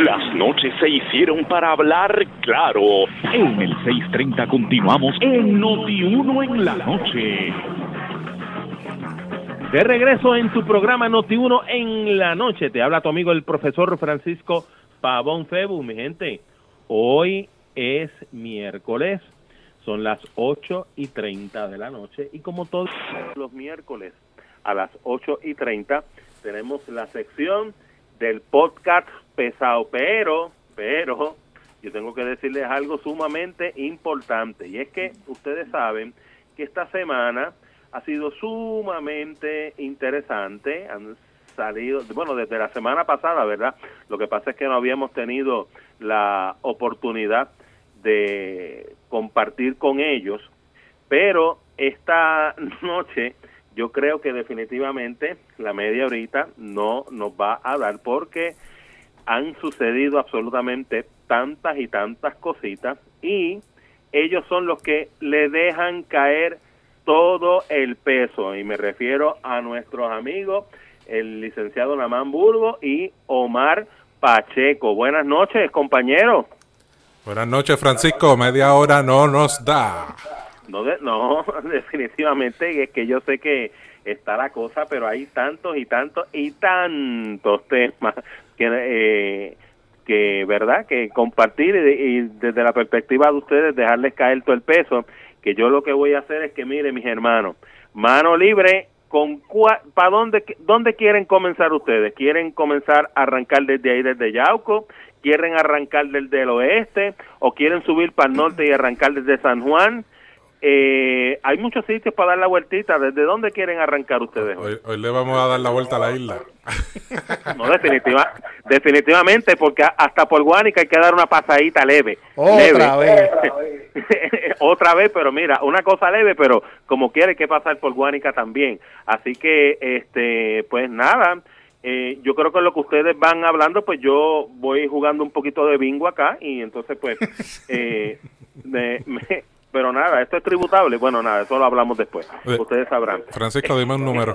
Las noches se hicieron para hablar claro. En el 6:30 continuamos en Noti1 en la noche. De regreso en tu programa Noti1 en la noche. Te habla tu amigo el profesor Francisco Pavón Febu, mi gente. Hoy es miércoles, son las 8:30 de la noche y como todos los miércoles a las 8:30 tenemos la sección del podcast pesado, pero yo tengo que decirles algo sumamente importante, y es que ustedes saben que esta semana ha sido sumamente interesante. Han salido, bueno, desde la semana pasada, ¿verdad? Lo que pasa es que no habíamos tenido la oportunidad de compartir con ellos, pero esta noche yo creo que definitivamente la media horita no nos va a dar, porque han sucedido absolutamente tantas y tantas cositas, y ellos son los que le dejan caer todo el peso, y me refiero a nuestros amigos, el licenciado Namán Burgos y Omar Pacheco. Buenas noches, compañero. Buenas noches, Francisco. Media hora no nos da. No, definitivamente es que yo sé que está la cosa, pero hay tantos y tantos y tantos temas que verdad, que compartir y desde la perspectiva de ustedes dejarles caer todo el peso, que yo lo que voy a hacer es que, mire, mis hermanos, mano libre, ¿para dónde quieren comenzar ustedes? ¿Quieren comenzar a arrancar desde ahí, desde Yauco? ¿Quieren arrancar desde el oeste? ¿O quieren subir para el norte y arrancar desde San Juan? Hay muchos sitios para dar la vueltita. ¿Desde dónde quieren arrancar ustedes? Hoy le vamos a dar la vuelta a la isla. No, definitivamente, porque hasta por Guánica hay que dar una pasadita leve. Otra vez. Otra vez, pero mira, una cosa leve, pero como quiere que pasar por Guánica también. Así que, pues nada, yo creo que lo que ustedes van hablando, pues yo voy jugando un poquito de bingo acá, y entonces pues pero nada, esto es tributable. Bueno, nada, eso lo hablamos después. Ustedes sabrán. Francisco, dime un número.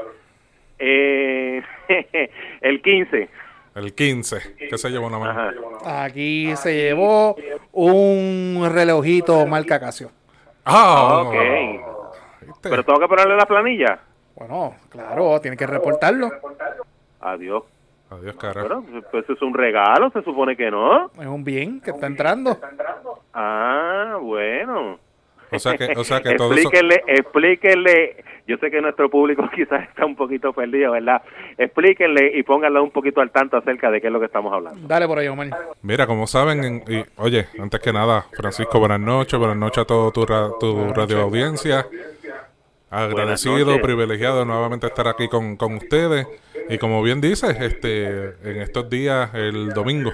El 15. El 15. ¿Qué se llevó una mano? Aquí se llevó un relojito marca Casio. Ok. ¿Pero tengo que ponerle la planilla? Bueno, claro, tiene que reportarlo. Adiós, carajo. Bueno, pues es un regalo, se supone que no. Es un bien que está entrando. Ah, bueno. O sea que todo Explíquenle. Yo sé que nuestro público quizás está un poquito perdido, ¿verdad? Explíquenle y pónganlo un poquito al tanto acerca de qué es lo que estamos hablando. Dale por ahí, Omar. Mira, como saben, oye, antes que nada, Francisco, buenas noches a toda tu radio audiencia. Agradecido, privilegiado de nuevamente estar aquí con ustedes. Y como bien dices, en estos días, el domingo,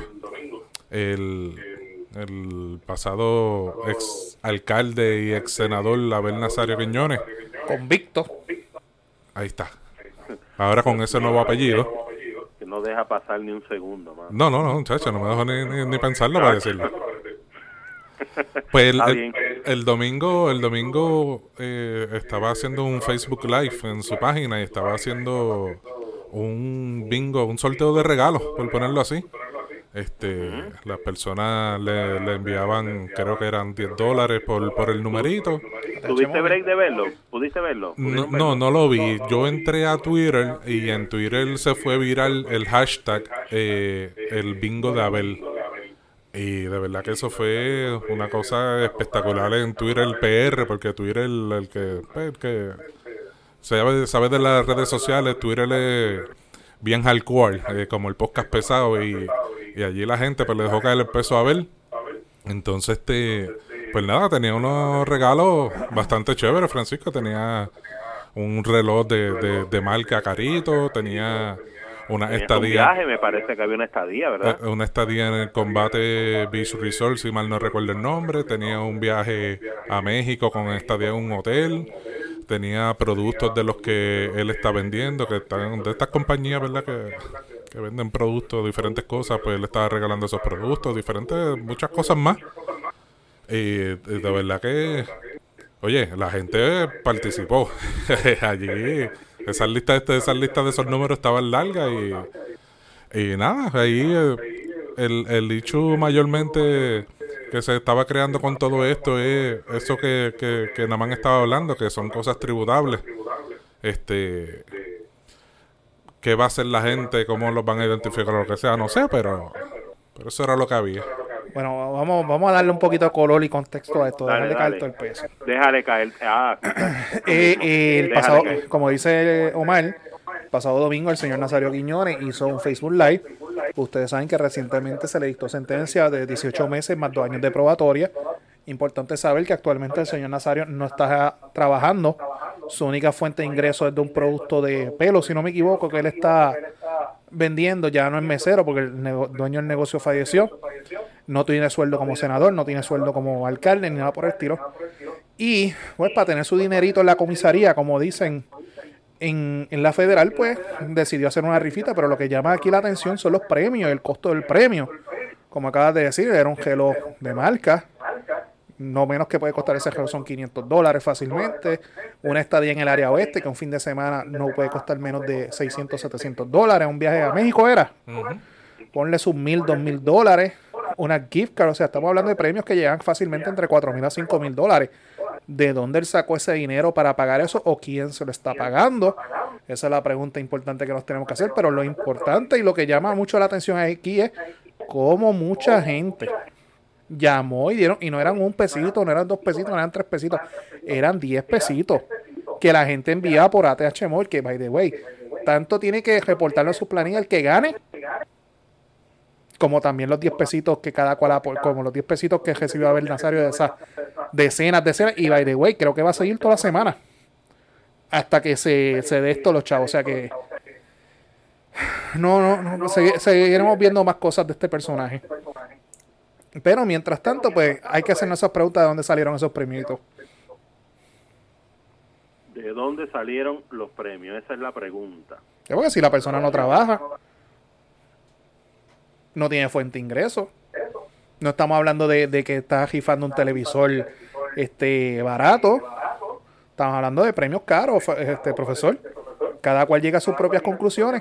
el pasado ex alcalde y ex senador Abel Nazario Quiñones, convicto. Ahí está. Ahora con ese nuevo apellido. Que no deja pasar ni un segundo, man. No, muchacho, no me dejo ni pensarlo para decirlo. Pues el domingo estaba haciendo un Facebook Live en su página y estaba haciendo un bingo, un sorteo de regalos, por ponerlo así. Las personas le enviaban, creo que eran $10 por el numerito. ¿Tuviste break de verlo? ¿Pudiste verlo? No lo vi. Yo entré a Twitter y en Twitter se fue viral el hashtag el bingo de Abel. Y de verdad que eso fue una cosa espectacular en Twitter, el PR, porque Twitter, el que sabe de las redes sociales, Twitter es bien hardcore, como el podcast pesado, y allí la gente pues le dejó caer el peso a Abel. Entonces, pues nada, tenía unos regalos bastante chéveres, Francisco. Tenía un reloj de marca carito, tenía una estadía. Un viaje, me parece que había una estadía, ¿verdad? Una estadía en el Combate Beach Resort, si mal no recuerdo el nombre. Tenía un viaje a México con estadía en un hotel. Tenía productos de los que él está vendiendo, que están de estas compañías, ¿verdad? Que venden productos, diferentes cosas. Pues él estaba regalando esos productos, muchas cosas más. Y de verdad que, oye, la gente participó. Allí, esas listas de esos números estaban largas y nada, ahí el issue mayormente que se estaba creando con todo esto es eso que Namán estaba hablando, que son cosas tributables. ¿Qué va a hacer la gente? ¿Cómo los van a identificar o lo que sea? No sé, pero eso era lo que había. Bueno, vamos a darle un poquito de color y contexto a esto. Déjale caer todo el peso. Déjale caer. El pasado, como dice Omar, el pasado domingo el señor Nazario Quiñones hizo un Facebook Live. Ustedes saben que recientemente se le dictó sentencia de 18 meses más 2 años de probatoria. Importante saber que actualmente el señor Nazario no está trabajando. Su única fuente de ingreso es de un producto de pelo, si no me equivoco, que él está vendiendo. Ya no es mesero porque el dueño del negocio falleció. No tiene sueldo como senador, no tiene sueldo como alcalde, ni nada por el estilo. Y pues para tener su dinerito en la comisaría, como dicen en la federal, pues decidió hacer una rifita. Pero lo que llama aquí la atención son los premios, el costo del premio. Como acabas de decir, era un reloj de marca. No menos que puede costar ese reloj son $500 fácilmente. Una estadía en el área oeste, que un fin de semana no puede costar menos de $600, $700. Un viaje a México era. Ponle sus $1,000, $2,000. Una gift card, o sea, estamos hablando de premios que llegan fácilmente entre $4,000 a $5,000. ¿De dónde él sacó ese dinero para pagar eso o quién se lo está pagando? Esa es la pregunta importante que nos tenemos que hacer. Pero lo importante y lo que llama mucho la atención aquí es cómo mucha gente llamó y dieron, y no eran $1, no eran $2, no eran $3, eran $10 que la gente enviaba por ATH Móvil, que by the way, tanto tiene que reportarlo en su planilla el que gane, como también los $10 que cada cual, como los $10 que recibió Abel Nazario de esas decenas, y by the way, creo que va a seguir toda la semana hasta que se dé esto los chavos. O sea que no seguiremos viendo más cosas de este personaje. Pero mientras tanto, pues hay que hacernos esas preguntas de dónde salieron esos premios. ¿De dónde salieron los premios? Esa es la pregunta. Porque si la persona no trabaja, no tiene fuente de ingreso. No estamos hablando de que está rifando un televisor barato. Estamos hablando de premios caros, profesor. Cada cual llega a sus propias conclusiones.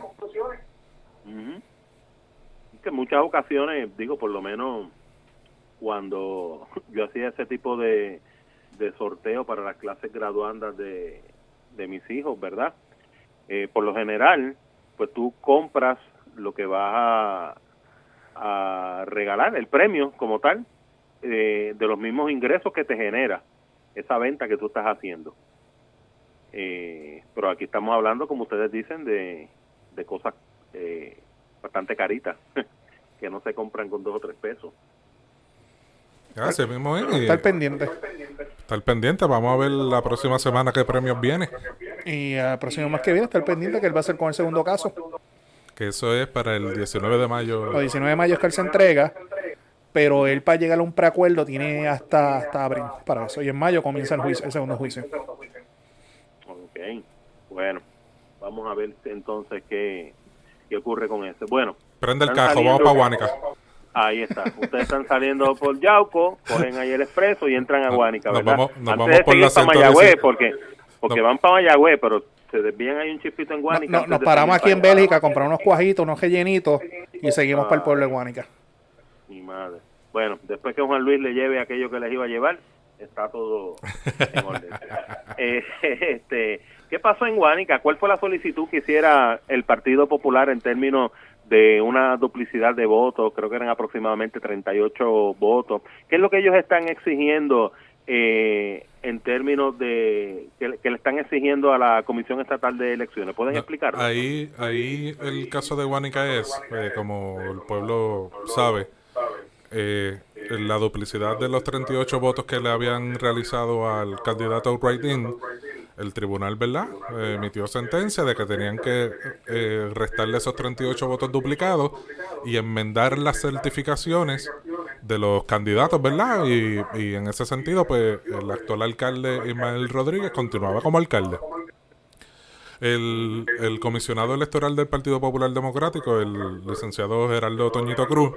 Que en muchas ocasiones, digo, por lo menos cuando yo hacía ese tipo de sorteo para las clases graduandas de mis hijos, ¿verdad? Por lo general, pues tú compras lo que vas a regalar, el premio como tal, de los mismos ingresos que te genera esa venta que tú estás haciendo. Pero aquí estamos hablando, como ustedes dicen, de cosas bastante caritas, que no se compran con $2 o $3. Gracias, mismo es. Estar pendiente. Estar pendiente, vamos a ver la próxima semana qué premios viene. Y el próximo mes que viene, estar pendiente que él va a hacer con el segundo caso. Que eso es para el 19 de mayo. El 19 de mayo es que él se entrega, pero él para llegar a un preacuerdo tiene hasta abril para eso. Y en mayo comienza el segundo juicio. Ok, bueno, vamos a ver entonces qué ocurre con eso. Bueno. Prende el cajo, vamos para Guánica. Ahí está. Ustedes están saliendo por Yauco, cogen ahí el expreso y entran a Guánica, ¿verdad? Nos vamos de por la para Mayagüez, porque van para Mayagüez, pero se desvían ahí un chispito en Guánica. Nos paramos aquí en Bélgica a comprar unos cuajitos, unos rellenitos y seguimos para el pueblo de Guánica. Mi madre. Bueno, después que Juan Luis le lleve aquello que les iba a llevar, está todo en orden. ¿Qué pasó en Guánica? ¿Cuál fue la solicitud que hiciera el Partido Popular en términos de una duplicidad de votos? Creo que eran aproximadamente 38 votos. ¿Qué es lo que ellos están exigiendo en términos de que le están exigiendo a la Comisión Estatal de Elecciones? ¿Pueden explicarlo? Ahí el caso de Guánica es, como el pueblo sabe, la duplicidad de los 38 votos que le habían realizado al candidato write-in. El tribunal, ¿verdad?, emitió sentencia de que tenían que restarle esos 38 votos duplicados y enmendar las certificaciones de los candidatos, ¿verdad? Y en ese sentido, pues, el actual alcalde Ismael Rodríguez continuaba como alcalde. El comisionado electoral del Partido Popular Democrático, el licenciado Gerardo Toñito Cruz,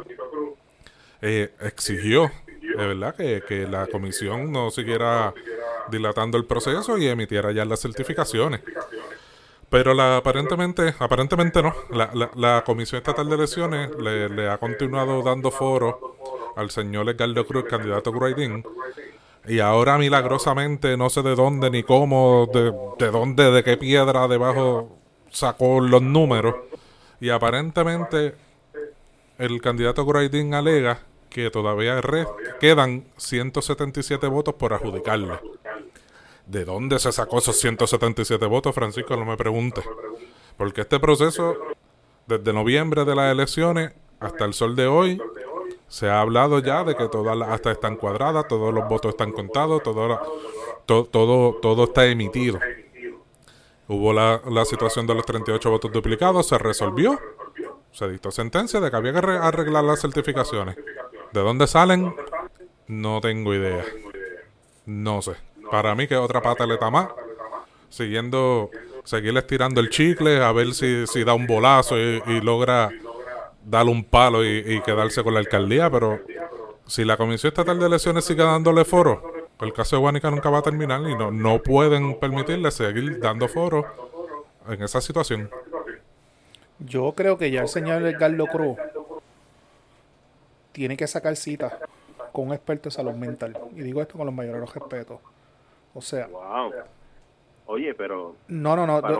exigió, ¿verdad?, que la comisión no siguiera dilatando el proceso y emitiera ya las certificaciones. Pero aparentemente no. La Comisión Estatal de Elecciones le ha continuado dando foro al señor Edgardo Cruz, candidato Guaidín. Y ahora milagrosamente, no sé de dónde ni cómo, de dónde, de qué piedra debajo sacó los números. Y aparentemente el candidato Guaidín alega que todavía quedan 177 votos por adjudicarle. ¿De dónde se sacó esos 177 votos, Francisco? No me pregunte. Porque este proceso, desde noviembre de las elecciones hasta el sol de hoy, se ha hablado ya de que todas las actas están cuadradas, todos los votos están contados, todo está emitido. Hubo la situación de los 38 votos duplicados, se resolvió, se dictó sentencia de que había que arreglar las certificaciones. ¿De dónde salen? No tengo idea. No sé. Para mí que otra pataleta más. Seguir estirando el chicle, a ver si da un bolazo y logra darle un palo y quedarse con la alcaldía. Pero si la Comisión Estatal de Elecciones sigue dándole foro, el caso de Guánica nunca va a terminar y no pueden permitirle seguir dando foro en esa situación. Yo creo que ya el señor Edgardo Cruz tiene que sacar cita con un experto de salud mental. Y digo esto con los mayores respetos. O sea... Wow. Oye, pero... No.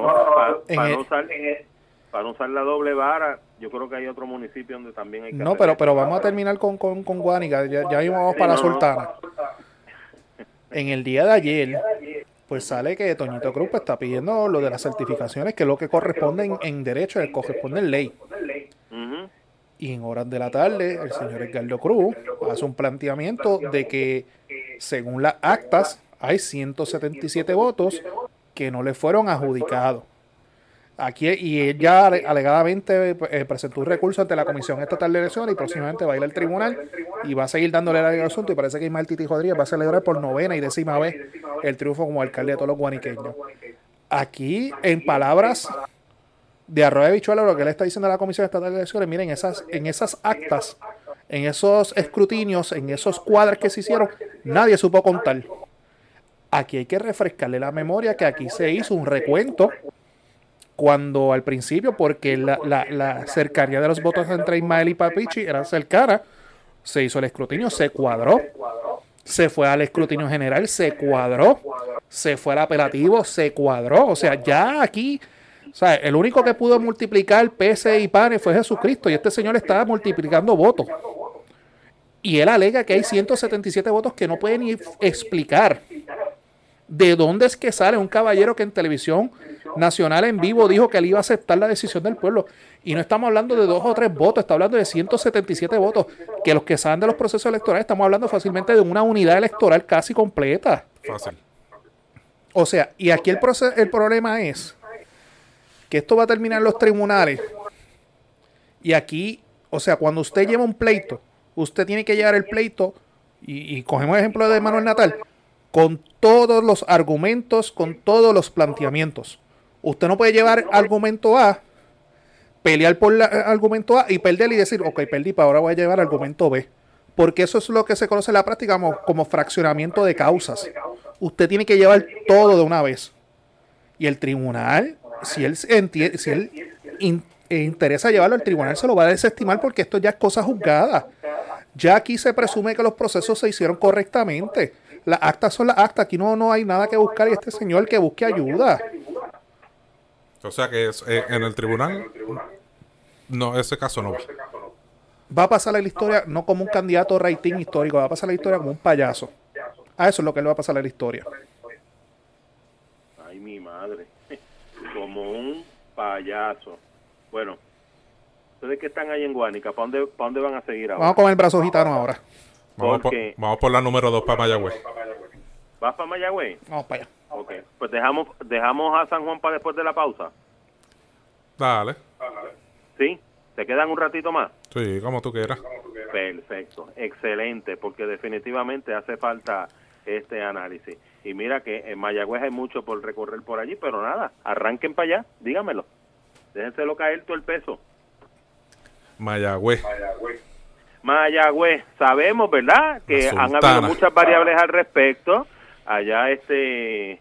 Para no usar la doble vara, yo creo que hay otro municipio donde también hay que... No, pero vamos a terminar con Guánica. Ya mismo vamos para la Sultana. En el día de ayer, pues sale que Toñito Cruz pues, está pidiendo lo de las certificaciones, que es lo que corresponde en derecho, que corresponde en ley. Uh-huh. Y en horas de la tarde, el señor Edgardo Cruz hace un planteamiento de que, según las actas, hay 177 votos que no le fueron adjudicados. Aquí, y él ya alegadamente presentó un recurso ante la Comisión Estatal de Elecciones y próximamente va a ir al tribunal y va a seguir dándole el asunto. Y parece que Ismael Titi Rodríguez va a celebrar por 9ª y 10ª vez el triunfo como alcalde de todos los guaniqueños. Aquí, en palabras de Arroyo de Bichuela, lo que le está diciendo a la Comisión Estatal de Elecciones, miren, en esas actas, en esos escrutinios, en esos cuadros que se hicieron, nadie supo contar. Aquí hay que refrescarle la memoria que aquí se hizo un recuento cuando al principio, porque la cercanía de los votos entre Ismael y Papichi era cercana, se hizo el escrutinio, se cuadró, se fue al escrutinio general, se cuadró, se fue al apelativo, se cuadró. O sea, ya aquí, o sea, el único que pudo multiplicar peces y panes fue Jesucristo, y este señor estaba multiplicando votos. Y él alega que hay 177 votos que no puede ni explicar de dónde es que sale un caballero que en televisión nacional en vivo dijo que él iba a aceptar la decisión del pueblo. Y no estamos hablando de 2 o 3 votos, está hablando de 177 votos, que los que saben de los procesos electorales estamos hablando fácilmente de una unidad electoral casi completa. Fácil. O sea, y aquí el problema es que esto va a terminar en los tribunales. Y aquí, o sea, cuando usted lleva un pleito, usted tiene que llevar el pleito, y cogemos el ejemplo de Manuel Natal, con todos los argumentos, con todos los planteamientos. Usted no puede llevar argumento A, pelear por argumento A y perder y decir, ok, perdí, pero ahora voy a llevar argumento B. Porque eso es lo que se conoce en la práctica como fraccionamiento de causas. Usted tiene que llevar todo de una vez. Y el tribunal, si él interesa llevarlo al tribunal, se lo va a desestimar porque esto ya es cosa juzgada. Ya aquí se presume que los procesos se hicieron correctamente. Las actas son las actas. Aquí no hay nada que buscar y este señor que busque ayuda. O sea que en el tribunal, no, ese caso no va. Va a pasar la historia no como un candidato rating histórico, va a pasar la historia como un payaso. A eso es lo que le va a pasar a la historia. Ay, mi madre. Como un payaso. Bueno, ustedes que están ahí en Guánica, ¿para dónde van a seguir ahora? Vamos con el brazo gitano ahora. Vamos por la número 2 para Mayagüez. ¿Vas para Mayagüez? Vamos para allá. Ok, pues dejamos a San Juan para después de la pausa. Dale. ¿Sí? ¿Se quedan un ratito más? Sí, como tú quieras. Perfecto, excelente, porque definitivamente hace falta este análisis. Y mira que en Mayagüez hay mucho por recorrer por allí, pero nada, arranquen para allá, dígamelo. Déjenselo caer todo el peso. Mayagüez, sabemos, ¿verdad? Que han habido muchas variables al respecto. Allá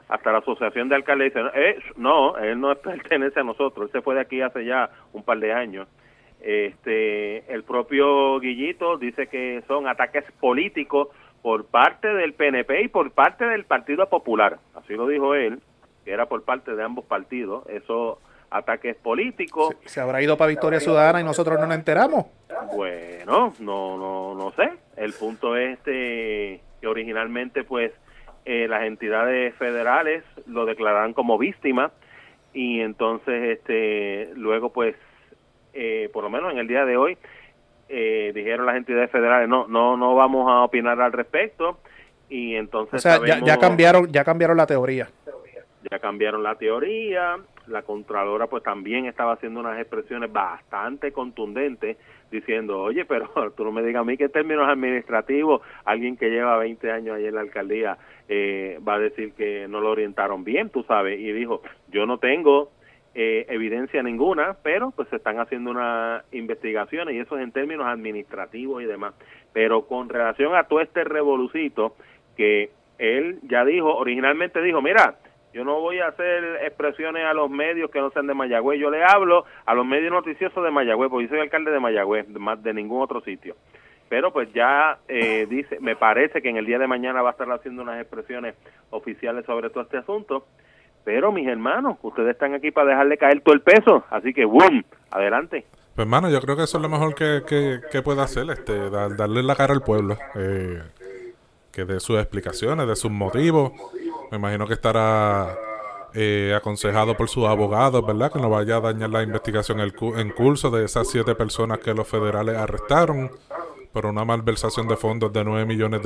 hasta la asociación de alcaldes dice, no, él no pertenece a nosotros, él se fue de aquí hace ya un par de años. El propio Guillito dice que son ataques políticos por parte del PNP y por parte del Partido Popular, así lo dijo él, que era por parte de ambos partidos, esos ataques políticos. ¿Se habrá ido para Victoria Ciudadana y nosotros no nos enteramos? Bueno, no sé. El punto es que originalmente pues las entidades federales lo declararon como víctima y entonces luego pues por lo menos en el día de hoy dijeron las entidades federales no vamos a opinar al respecto y entonces o sea, ya cambiaron la teoría. Ya cambiaron la teoría. La Contralora pues también estaba haciendo unas expresiones bastante contundentes diciendo, oye, pero tú no me digas a mí que en términos administrativos alguien que lleva 20 años ahí en la alcaldía va a decir que no lo orientaron bien, tú sabes, y dijo, yo no tengo evidencia ninguna, pero pues se están haciendo unas investigaciones y eso es en términos administrativos y demás, pero con relación a todo este revolucito que él ya dijo, originalmente dijo, mira, yo no voy a hacer expresiones a los medios que no sean de Mayagüez, yo le hablo a los medios noticiosos de Mayagüez, porque yo soy alcalde de Mayagüez, más de ningún otro sitio. Pero pues ya dice, me parece que en el día de mañana va a estar haciendo unas expresiones oficiales sobre todo este asunto. Pero mis hermanos, ustedes están aquí para dejarle caer todo el peso, así que ¡boom! Adelante. Pues hermano, yo creo que eso es lo mejor que puede hacer, darle la cara al pueblo, que de sus explicaciones, de sus motivos. Me imagino que estará aconsejado por sus abogados, ¿verdad? Que no vaya a dañar la investigación en curso de esas 7 personas que los federales arrestaron por una malversación de fondos de $9 millones.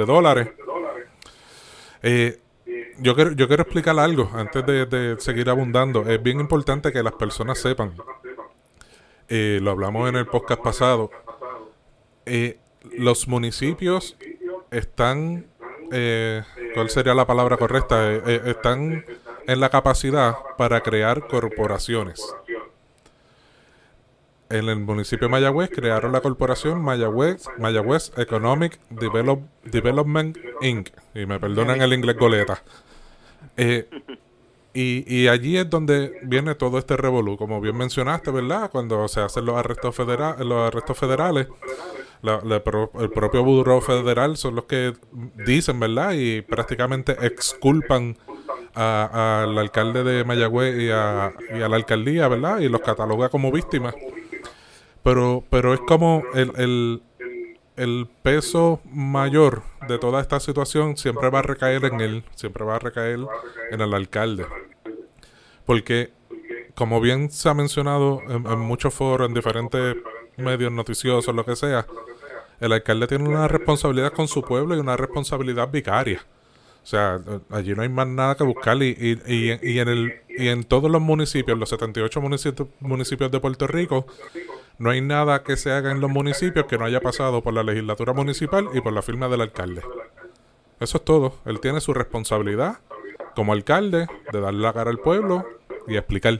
Yo quiero explicar algo antes de seguir abundando. Es bien importante que las personas sepan, lo hablamos en el podcast pasado, los municipios están... ¿cuál sería la palabra correcta? Están en la capacidad para crear corporaciones. En el municipio de Mayagüez crearon la corporación Mayagüez Economic Development Inc. Y me perdonan el inglés goleta. Y allí es donde viene todo este revolú. Como bien mencionaste, ¿verdad? Cuando se hacen los arrestos federales, el propio Buró Federal son los que dicen, ¿verdad? Y prácticamente exculpan al alcalde de Mayagüez y a la alcaldía, ¿verdad? Y los cataloga como víctimas. Pero es como el peso mayor de toda esta situación siempre va a recaer en él, siempre va a recaer en el alcalde. Porque, como bien se ha mencionado en muchos foros, en diferentes medios noticiosos, lo que sea, el alcalde tiene una responsabilidad con su pueblo y una responsabilidad vicaria. O sea, allí no hay más nada que buscar y en todos los municipios, los 78 municipios de Puerto Rico, no hay nada que se haga en los municipios que no haya pasado por la legislatura municipal y por la firma del alcalde. Eso es todo. Él tiene su responsabilidad como alcalde de darle la cara al pueblo y explicar.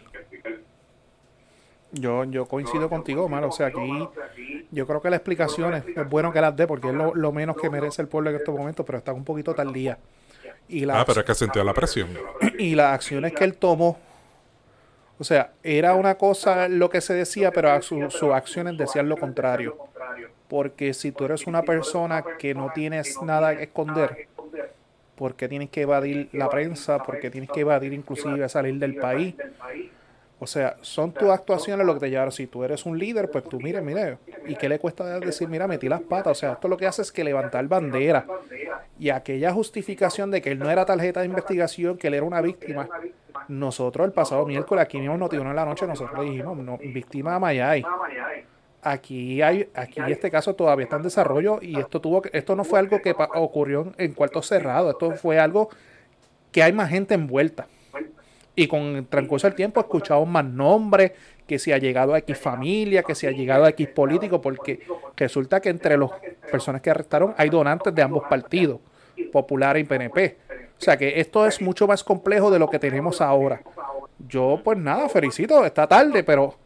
Yo coincido contigo, Omar. O sea, aquí yo creo que las explicaciones es bueno que las dé porque es lo menos que merece el pueblo en estos momentos, pero está un poquito tardía. Pero es que sintió la presión. Y las acciones que él tomó, o sea, era una cosa lo que se decía, pero sus acciones decían lo contrario. Porque si tú eres una persona que no tienes nada que esconder, ¿por qué tienes que evadir la prensa? ¿Por qué tienes que evadir inclusive salir del país? O sea, son tus actuaciones lo que te llevaron. Si tú eres un líder, pues tú, mire, ¿y qué le cuesta decir, mira, metí las patas? O sea, esto lo que hace es que levantar bandera. Y aquella justificación de que él no era tarjeta de investigación, que él era una víctima. Nosotros el pasado miércoles, aquí mismo Noti1 en la noche, nosotros dijimos, no, víctima de Mayay. Aquí este caso todavía está en desarrollo y esto no fue algo que ocurrió en cuartos cerrados. Esto fue algo que hay más gente envuelta. Y con el transcurso del tiempo escuchamos más nombres, que se ha llegado a X familia, que se ha llegado a X político, porque resulta que entre las personas que arrestaron hay donantes de ambos partidos, Popular y PNP. O sea que esto es mucho más complejo de lo que tenemos ahora. Yo pues nada, felicito, está tarde, pero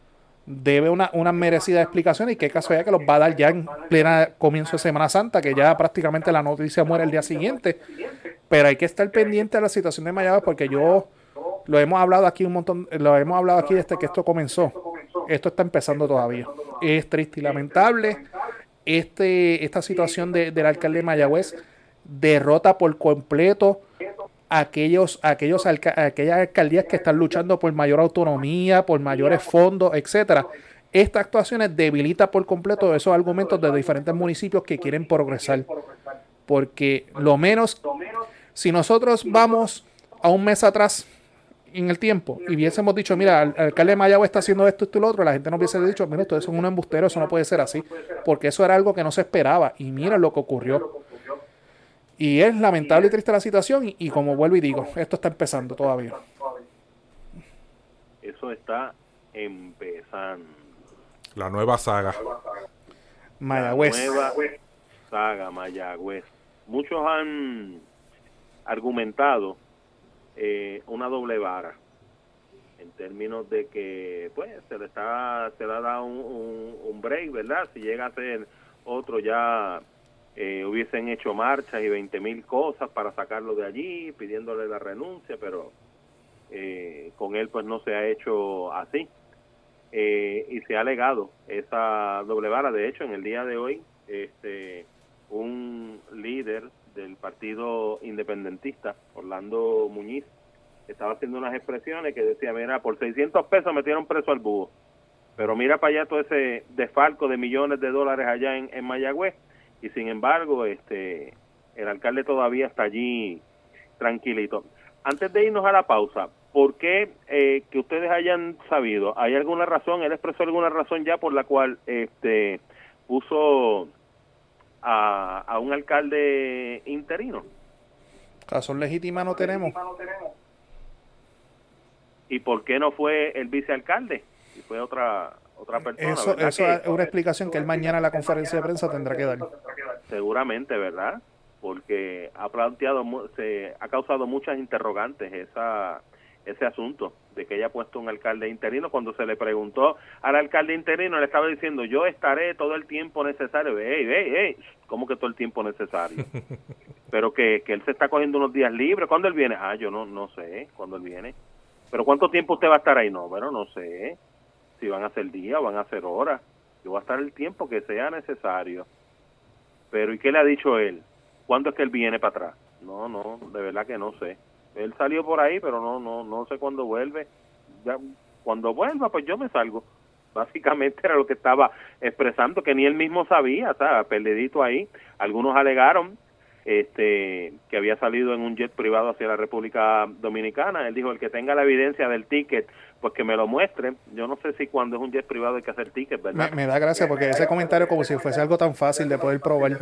debe una merecida explicación, y qué casualidad que los va a dar ya en plena comienzo de Semana Santa, que ya prácticamente la noticia muere el día siguiente. Pero hay que estar pendiente de la situación de Mayagüez, porque lo hemos hablado aquí desde que esto comenzó. Esto está empezando todavía. Es triste y lamentable. Esta situación del alcalde de Mayagüez derrota por completo aquellas alcaldías que están luchando por mayor autonomía, por mayores fondos, etcétera. Estas actuaciones debilita por completo esos argumentos de diferentes municipios que quieren progresar. Porque lo menos, si nosotros vamos a un mes atrás en el tiempo y hubiésemos dicho, mira, el alcalde de Mayagüez está haciendo esto y lo otro, la gente nos hubiese dicho, mira, ustedes son unos embusteros, eso no puede ser así, porque eso era algo que no se esperaba, y mira lo que ocurrió. Y es lamentable y triste la situación, y como vuelvo y digo, esto está empezando todavía. Eso está empezando. La nueva saga. Mayagüez. La nueva saga Mayagüez. Muchos han argumentado una doble vara, en términos de que pues se le ha dado un break, ¿verdad? Si llega a ser otro, ya hubiesen hecho marchas y 20,000 cosas para sacarlo de allí, pidiéndole la renuncia, pero con él pues no se ha hecho así, y se ha alegado esa doble vara. De hecho, en el día de hoy, un líder del partido independentista, Orlando Muñiz, estaba haciendo unas expresiones que decía, mira, por 600 pesos metieron preso al búho, pero mira para allá todo ese desfalco de millones de dólares allá en Mayagüez, y sin embargo el alcalde todavía está allí tranquilito. Antes de irnos a la pausa, ¿por qué que ustedes hayan sabido? ¿Hay alguna razón? ¿Él expresó alguna razón ya por la cual puso a un alcalde interino? Razón legítima no tenemos. ¿Y por qué no fue el vicealcalde? Y fue otra persona. Eso es una explicación que él mañana en la conferencia de prensa tendrá que dar. Seguramente, ¿verdad? Porque ha causado muchas interrogantes ese asunto de que haya puesto un alcalde interino. Cuando se le preguntó al alcalde interino, le estaba diciendo, yo estaré todo el tiempo necesario. ¡Ey! ¿Cómo que todo el tiempo necesario? Pero que él se está cogiendo unos días libres. ¿Cuándo él viene? Yo no sé cuándo él viene. ¿Pero cuánto tiempo usted va a estar ahí? No, bueno, no sé. Si van a ser días, van a ser horas. Yo voy a estar el tiempo que sea necesario. Pero ¿y qué le ha dicho él? ¿Cuándo es que él viene para atrás? No, de verdad que no sé. Él salió por ahí, pero no sé cuándo vuelve. Ya, cuando vuelva, pues yo me salgo. Básicamente era lo que estaba expresando, que ni él mismo sabía, ¿sabes? Perdidito ahí. Algunos alegaron que había salido en un jet privado hacia la República Dominicana. Él dijo, el que tenga la evidencia del ticket, pues que me lo muestre. Yo no sé si cuando es un jet privado hay que hacer ticket, ¿verdad? Me da gracia porque ese comentario como si fuese algo tan fácil de poder probar.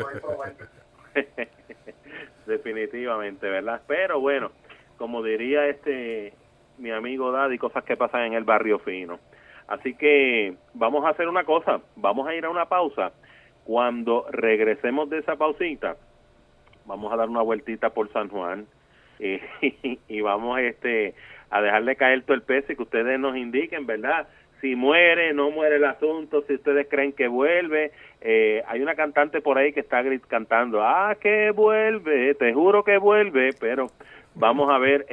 Definitivamente, ¿verdad? Pero bueno, como diría mi amigo Daddy, cosas que pasan en el barrio fino. Así que vamos a hacer una cosa, vamos a ir a una pausa. Cuando regresemos de esa pausita, vamos a dar una vueltita por San Juan y vamos a dejarle caer todo el peso y que ustedes nos indiquen, ¿verdad? Si muere, no muere el asunto, si ustedes creen que vuelve. Hay una cantante por ahí que está cantando, que vuelve, te juro que vuelve, pero vamos a ver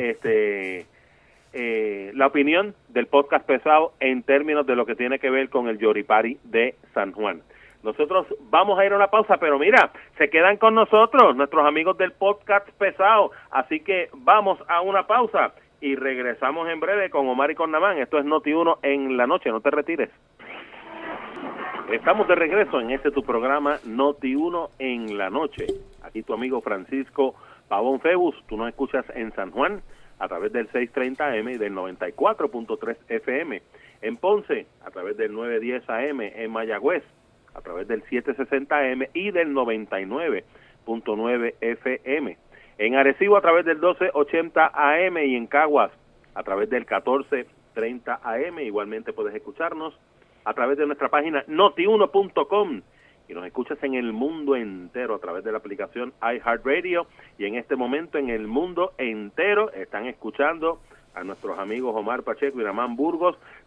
la opinión del podcast pesado en términos de lo que tiene que ver con el Yoripari de San Juan. Nosotros vamos a ir a una pausa, pero mira, se quedan con nosotros nuestros amigos del podcast pesado, así que vamos a una pausa y regresamos en breve con Omar y con Namán. Esto es Noti1 en la noche, no te retires. Estamos de regreso en tu programa Noti1 en la noche. Aquí tu amigo Francisco Pavón Febus. Tú nos escuchas en San Juan a través del 630 AM y del 94.3 FM. En Ponce a través del 910 AM. En Mayagüez a través del 760 AM y del 99.9 FM. En Arecibo a través del 1280 AM y en Caguas a través del 1430 AM. Igualmente puedes escucharnos a través de nuestra página noti1.com y nos escuchas en el mundo entero a través de la aplicación iHeartRadio, y en este momento en el mundo entero están escuchando a nuestros amigos Omar Pacheco y Namán Burgos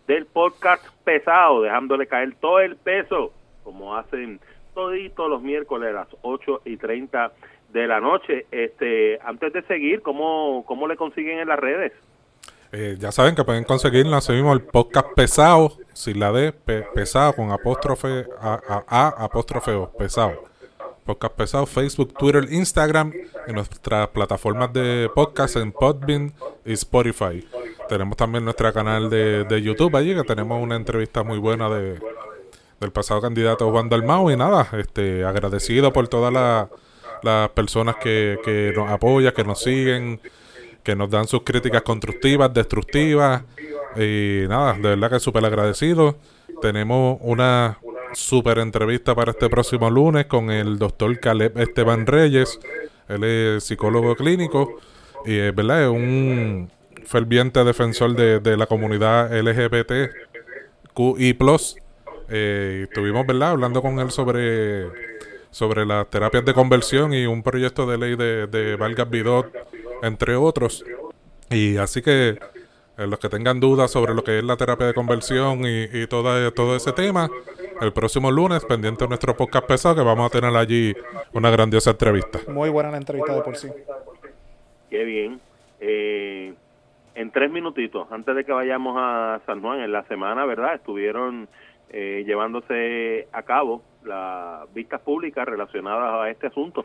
del podcast pesado, dejándole caer todo el peso, como hacen toditos los miércoles a las 8:30 de la noche. Antes de seguir, ¿cómo le consiguen en las redes? Ya saben que pueden conseguirnos así mismo el podcast pesado, sin la D, pesado con apóstrofe apóstrofe O, pesado. Podcast pesado, Facebook, Twitter, Instagram, en nuestras plataformas de podcast en Podbean y Spotify. Tenemos también nuestro canal de YouTube allí, que tenemos una entrevista muy buena del pasado candidato Juan Dalmau. Y nada, agradecido por todas las personas que nos apoyan, que nos siguen, que nos dan sus críticas constructivas, destructivas, y nada, de verdad que súper agradecido. Tenemos una súper entrevista para este próximo lunes con el doctor Caleb Esteban Reyes. Él es psicólogo clínico y es verdad, es un ferviente defensor de la comunidad LGBTQI+. Estuvimos, ¿verdad?, hablando con él sobre las terapias de conversión y un proyecto de ley de Vargas Vidot, entre otros. Y así que los que tengan dudas sobre lo que es la terapia de conversión y todo ese tema, el próximo lunes, pendiente de nuestro podcast pesado, que vamos a tener allí una grandiosa entrevista. Muy buena la entrevista de por sí. Qué bien. En 3 minutitos, antes de que vayamos a San Juan, en la semana, ¿verdad?, estuvieron llevándose a cabo las vistas públicas relacionadas a este asunto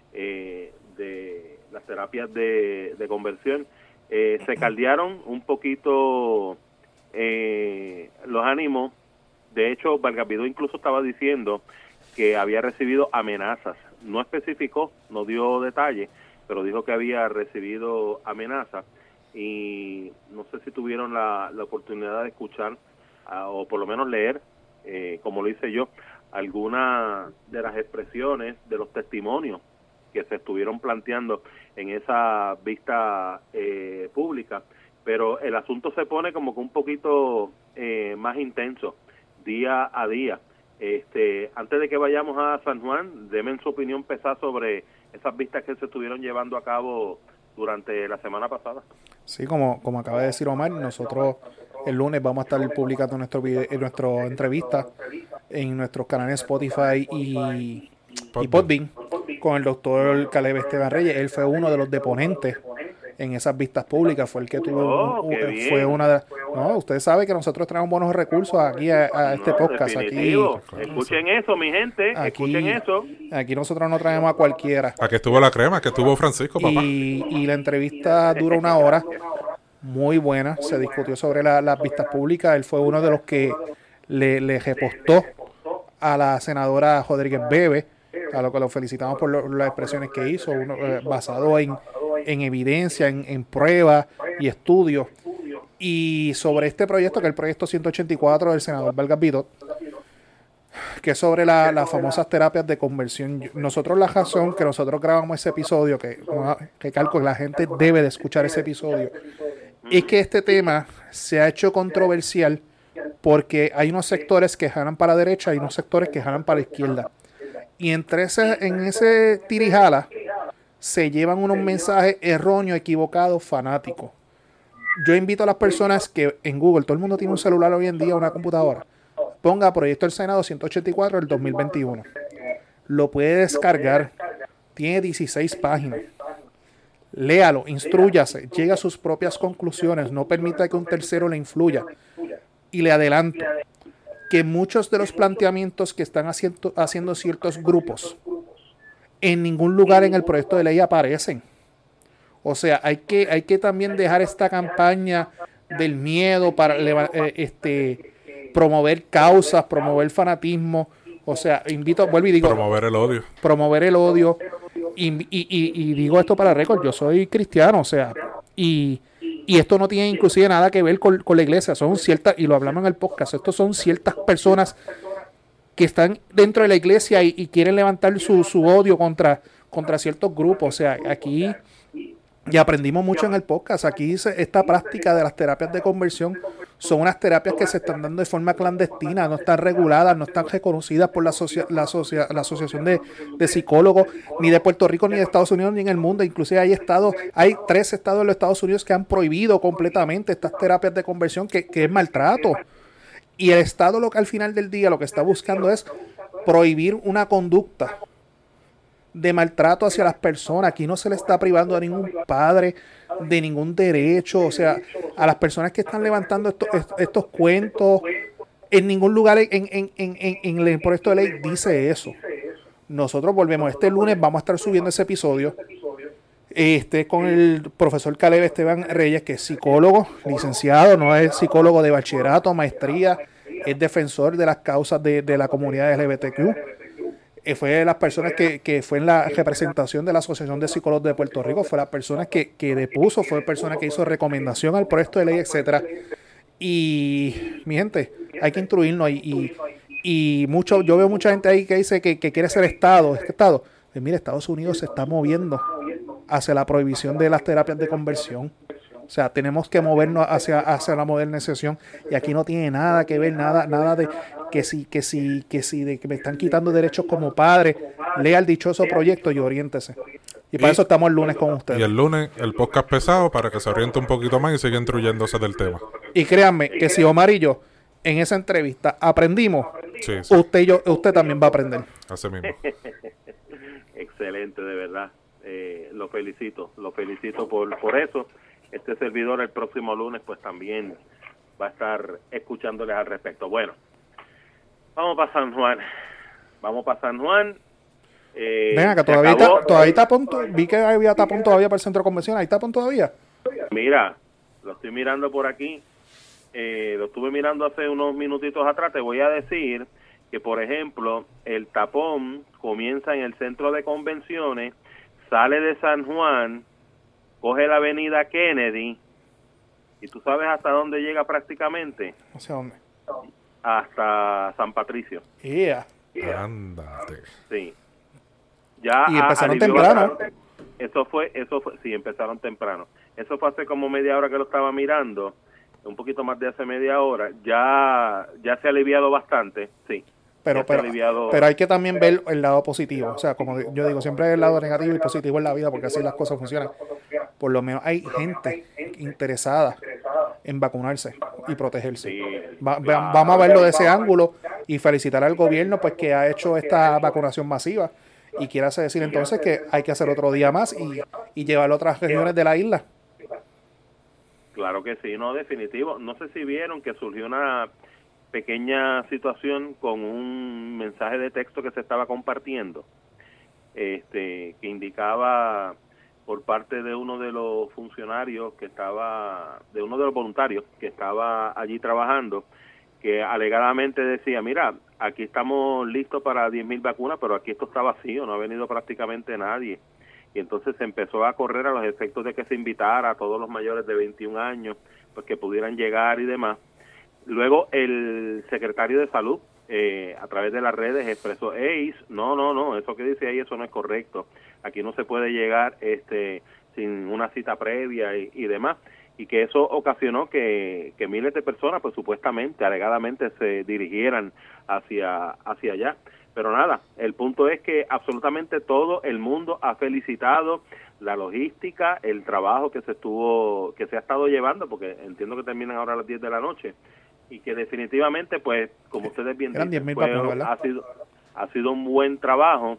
de las terapias de conversión. Se caldearon un poquito los ánimos. De hecho, Vargas Vidot incluso estaba diciendo que había recibido amenazas. No especificó, no dio detalles, pero dijo que había recibido amenazas. Y no sé si tuvieron la oportunidad de escuchar o por lo menos leer, como lo hice yo, algunas de las expresiones de los testimonios que se estuvieron planteando en esa vista pública. Pero el asunto se pone como que un poquito más intenso día a día. Antes de que vayamos a San Juan, denme su opinión pesada sobre esas vistas que se estuvieron llevando a cabo durante la semana pasada. Sí, como acaba de decir Omar, nosotros el lunes vamos a estar publicando nuestra entrevista en nuestros canales Spotify y Podbean con el doctor Caleb Esteban Reyes. Él fue uno de los deponentes en esas vistas públicas, fue el que tuvo fue una de ustedes saben que nosotros traemos buenos recursos aquí a este podcast. Definitivo. Aquí escuchen eso, mi gente, escuchen eso. Aquí nosotros no traemos a cualquiera. Aquí estuvo la crema, aquí estuvo Francisco, papá. Y la entrevista dura 1 hora, muy buena. Se discutió sobre las vistas públicas. Él fue uno de los que le repostó a la senadora Rodríguez Bebe, a lo que lo felicitamos por las expresiones que hizo, basado en evidencia, en pruebas y estudios. Y sobre este proyecto, que es el proyecto 184 del senador Vargas Vidot, que es sobre las famosas terapias de conversión. Nosotros, la razón que nosotros grabamos ese episodio, que calculo que la gente debe de escuchar ese episodio, es que este tema se ha hecho controversial porque hay unos sectores que jalan para la derecha y unos sectores que jalan para la izquierda. Y en ese tirijala se llevan unos mensajes erróneos, equivocados, fanáticos. Yo invito a las personas que en Google, todo el mundo tiene un celular hoy en día, una computadora, ponga Proyecto del Senado 184 del 2021. Lo puede descargar. Tiene 16 páginas. Léalo, instrúyase, llegue a sus propias conclusiones, no permita que un tercero le influya. Y le adelanto que muchos de los planteamientos que están haciendo ciertos grupos en ningún lugar en el proyecto de ley aparecen. O sea, hay que también dejar esta campaña del miedo para promover causas, promover fanatismo. O sea, vuelvo y digo, promover el odio. Y digo esto para récord, yo soy cristiano, o sea, y esto no tiene inclusive nada que ver con la iglesia, son ciertas, y lo hablamos en el podcast, estos son ciertas personas que están dentro de la iglesia y quieren levantar su odio contra ciertos grupos. O sea, aquí, y aprendimos mucho en el podcast, aquí esta práctica de las terapias de conversión son unas terapias que se están dando de forma clandestina, no están reguladas, no están reconocidas por la Asociación de Psicólogos, ni de Puerto Rico, ni de Estados Unidos, ni en el mundo. Inclusive hay 3 estados de los Estados Unidos que han prohibido completamente estas terapias de conversión, que es maltrato. Y el Estado al final del día lo que está buscando es prohibir una conducta de maltrato hacia las personas. Aquí no se le está privando a ningún padre de ningún derecho. O sea, a las personas que están levantando estos cuentos, en ningún lugar en el proyecto de ley dice eso. Nosotros volvemos este lunes, vamos a estar subiendo ese episodio con el profesor Caleb Esteban Reyes, que es psicólogo, licenciado, no es psicólogo de bachillerato, maestría, es defensor de las causas de la comunidad LGBTQ. Fue de las personas que fue en la representación de la Asociación de Psicólogos de Puerto Rico, fue la persona que depuso, fue la persona que hizo recomendación al proyecto de ley, etcétera. Y mi gente, hay que instruirnos y mucho, yo veo mucha gente ahí que dice que quiere ser Estado. Pues mire, Estados Unidos se está moviendo hacia la prohibición de las terapias de conversión. O sea, tenemos que movernos hacia la modernización, y aquí no tiene nada que ver, nada de de que me están quitando derechos como padre. Lea el dichoso proyecto y oriéntese. Y para eso estamos el lunes con ustedes. Y el lunes el podcast pesado para que se oriente un poquito más y siga instruyéndose del tema. Y créanme que si Omar y yo en esa entrevista aprendimos, sí. Usted también va a aprender. Así mismo. Excelente, de verdad. Lo felicito por eso. Este servidor el próximo lunes pues también va a estar escuchándoles al respecto. Bueno, vamos para San Juan. Venga, que todavía está vi que había tapón todavía para el centro de convención. ¿Hay tapón todavía? Mira, lo estoy mirando por aquí. Lo estuve mirando hace unos minutitos atrás. Te voy a decir que, por ejemplo, el tapón comienza en el centro de convenciones, sale de San Juan, coge la avenida Kennedy, y tú sabes hasta dónde llega prácticamente. ¿Hacia dónde? Hasta San Patricio. Yeah. Ándate. Sí. Ya y empezaron temprano. Eso fue, sí, empezaron temprano. Eso fue hace como media hora que lo estaba mirando, un poquito más de hace media hora. Ya se ha aliviado bastante, sí. Pero hay que también ver el lado positivo. O sea, como yo digo, siempre hay el lado negativo y positivo en la vida, porque así las cosas funcionan. Por lo menos hay gente interesada en vacunarse y protegerse. Sí, vamos a verlo de ese ángulo y felicitar al gobierno pues que ha hecho esta vacunación masiva, y quiere decir entonces que hay que hacer otro día más y llevarlo a otras regiones de la isla. Claro que sí, no, definitivo. No sé si vieron que surgió una pequeña situación con un mensaje de texto que se estaba compartiendo, que indicaba por parte de uno de los funcionarios de uno de los voluntarios que estaba allí trabajando, que alegadamente decía, mira, aquí estamos listos para 10,000 vacunas, pero aquí esto está vacío, no ha venido prácticamente nadie. Y entonces se empezó a correr a los efectos de que se invitara a todos los mayores de 21 años, pues que pudieran llegar y demás. Luego el secretario de Salud, a través de las redes, expresó, no, eso que dice ahí, eso no es correcto. Aquí no se puede llegar sin una cita previa y demás. Y que eso ocasionó que miles de personas, pues supuestamente, alegadamente, se dirigieran hacia allá. Pero nada, el punto es que absolutamente todo el mundo ha felicitado la logística, el trabajo que se ha estado llevando, porque entiendo que terminan ahora a las 10 de la noche, y que definitivamente, pues, como ustedes bien dicen, ha sido un buen trabajo,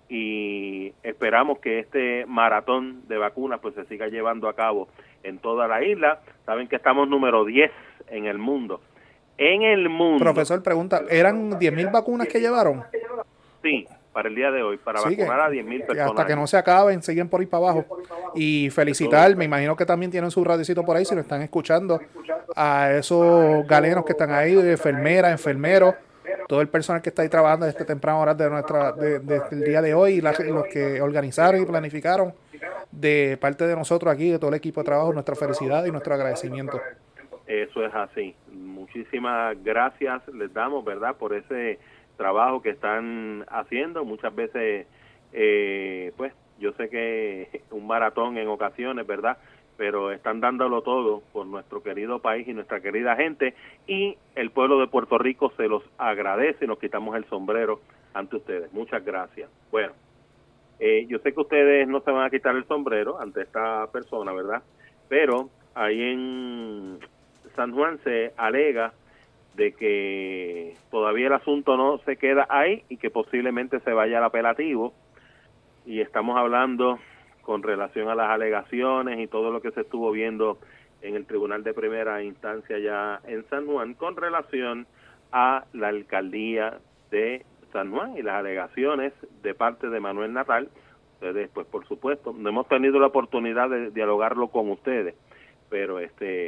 y esperamos que este maratón de vacunas pues se siga llevando a cabo en toda la isla. Saben que estamos número 10 en el mundo. Profesor, pregunta, ¿eran 10,000 vacunas que llevaron? Sí, para el día de hoy, para vacunar a 10,000 personas. Hasta que no se acaben, siguen por ahí para abajo. Y felicitar, me imagino que también tienen su radiocito por ahí, si lo están escuchando, a esos galenos que están ahí, enfermeras, enfermeros, todo el personal que está ahí trabajando desde tempranas horas del día de hoy, y los que organizaron y planificaron, de parte de nosotros aquí, de todo el equipo de trabajo, nuestra felicidad y nuestro agradecimiento. Eso es así. Muchísimas gracias les damos, ¿verdad?, por ese trabajo que están haciendo. Muchas veces, pues, yo sé que un maratón en ocasiones, ¿verdad?, pero están dándolo todo por nuestro querido país y nuestra querida gente, y el pueblo de Puerto Rico se los agradece y nos quitamos el sombrero ante ustedes. Muchas gracias. Bueno, yo sé que ustedes no se van a quitar el sombrero ante esta persona, ¿verdad?, pero ahí en San Juan se alega de que todavía el asunto no se queda ahí y que posiblemente se vaya al apelativo, y estamos hablando con relación a las alegaciones y todo lo que se estuvo viendo en el Tribunal de Primera Instancia ya en San Juan con relación a la alcaldía de San Juan y las alegaciones de parte de Manuel Natal. Ustedes, pues por supuesto, no hemos tenido la oportunidad de dialogarlo con ustedes, pero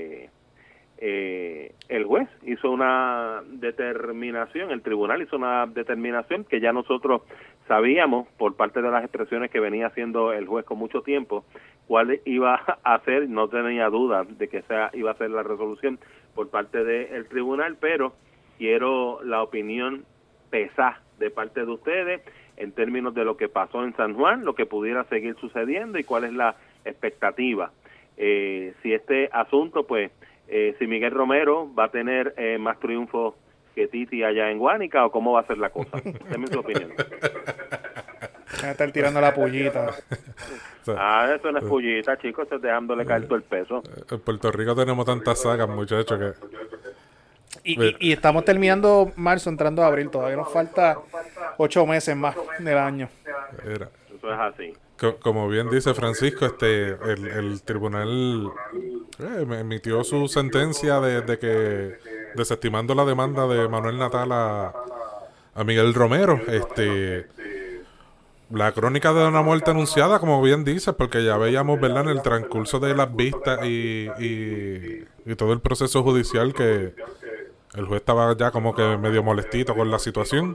el juez hizo una determinación, el tribunal hizo una determinación que ya nosotros sabíamos por parte de las expresiones que venía haciendo el juez con mucho tiempo cuál iba a hacer, no tenía duda de que esa iba a ser la resolución por parte del tribunal, pero quiero la opinión pesada de parte de ustedes en términos de lo que pasó en San Juan, lo que pudiera seguir sucediendo y cuál es la expectativa. Si este asunto, pues, si Miguel Romero va a tener más triunfos que Titi allá en Guánica, o cómo va a ser la cosa. Deme su opinión. Van a estar tirando la pullita. Eso no es pullita, chicos, eso es dejándole caer todo el peso. En Puerto Rico tenemos tantas sagas, muchachos, que... Y estamos terminando marzo, entrando a abril. Todavía nos falta 8 meses más del año. Era. Eso es así. Como bien dice Francisco, el tribunal emitió su sentencia de que desestimando la demanda de Manuel Natal a Miguel Romero. La crónica de una muerte anunciada, como bien dice, porque ya veíamos, ¿verdad?, en el transcurso de las vistas y todo el proceso judicial que el juez estaba ya como que medio molestito con la situación.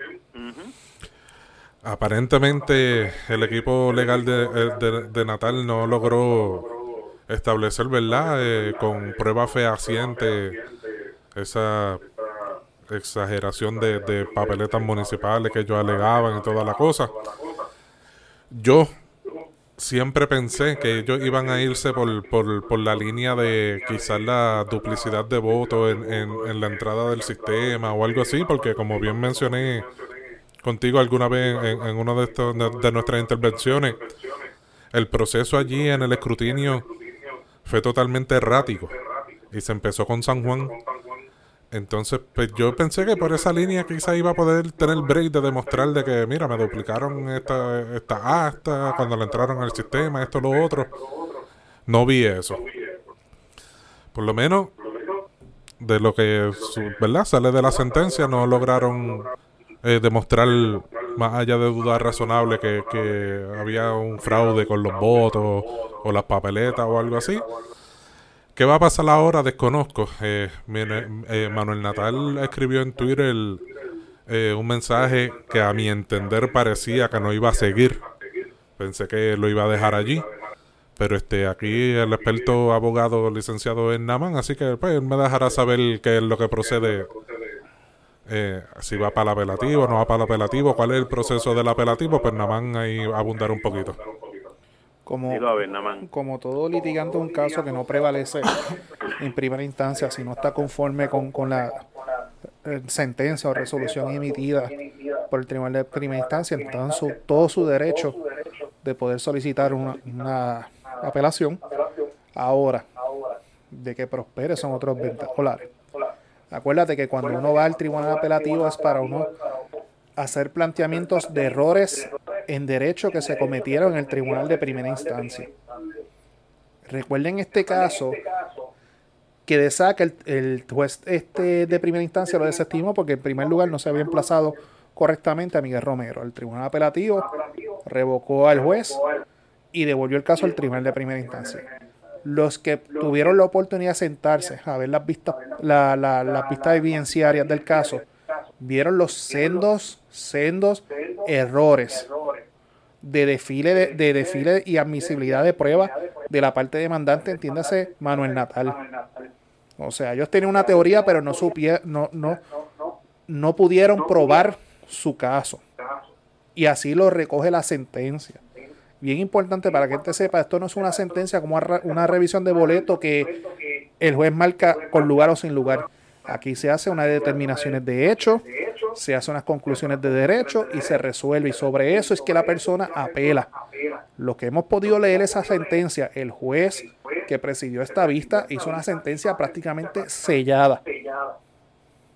Aparentemente el equipo legal de Natal no logró establecer, ¿verdad?, con prueba fehaciente esa exageración de papeletas municipales que ellos alegaban y toda la cosa. Yo siempre pensé que ellos iban a irse por la línea de quizás la duplicidad de votos en la entrada del sistema o algo así, porque como bien mencioné contigo alguna vez en una de nuestras intervenciones, el proceso allí en el escrutinio fue totalmente errático y se empezó con San Juan. Entonces, pues yo pensé que por esa línea quizá iba a poder tener break de demostrar de que, mira, me duplicaron esta acta cuando le entraron al sistema, esto, lo otro. No vi eso. Por lo menos, de lo que, ¿verdad?, sale de la sentencia, no lograron demostrar, más allá de dudas razonables, que había un fraude con los votos o las papeletas o algo así. ¿Qué va a pasar ahora? Desconozco. Manuel Natal escribió en Twitter un mensaje que a mi entender parecía que no iba a seguir. Pensé que lo iba a dejar allí. Pero aquí el experto abogado licenciado es Naman, así que pues él me dejará saber qué es lo que procede. Si va para el apelativo, no va para el apelativo, cuál es el proceso del apelativo, pues Naman ahí abundar un poquito. Como todo litigante, un caso que no prevalece en primera instancia, si no está conforme con la sentencia o resolución emitida por el Tribunal de Primera Instancia, está en todo su derecho de poder solicitar una apelación. Ahora, de que prospere son otros 20 dólares. Acuérdate que cuando uno va al Tribunal Apelativo es para uno hacer planteamientos de errores en derecho que se cometieron en el Tribunal de Primera Instancia. Recuerden este caso que de saca el juez de primera instancia lo desestimó porque en primer lugar no se había emplazado correctamente a Miguel Romero. El Tribunal Apelativo revocó al juez y devolvió el caso al Tribunal de Primera Instancia. Los que tuvieron la oportunidad de sentarse a ver las vistas evidenciarias del caso vieron los sendos errores de desfile y admisibilidad de prueba de la parte demandante, entiéndase Manuel Natal. O sea, ellos tenían una teoría, pero no pudieron probar su caso. Y así lo recoge la sentencia. Bien importante para que usted sepa, esto no es una sentencia como una revisión de boleto que el juez marca con lugar o sin lugar. Aquí se hace unas determinaciones de hecho, se hacen unas conclusiones de derecho y se resuelve. Y sobre eso es que la persona apela. Lo que hemos podido leer esa sentencia, el juez que presidió esta vista hizo una sentencia prácticamente sellada.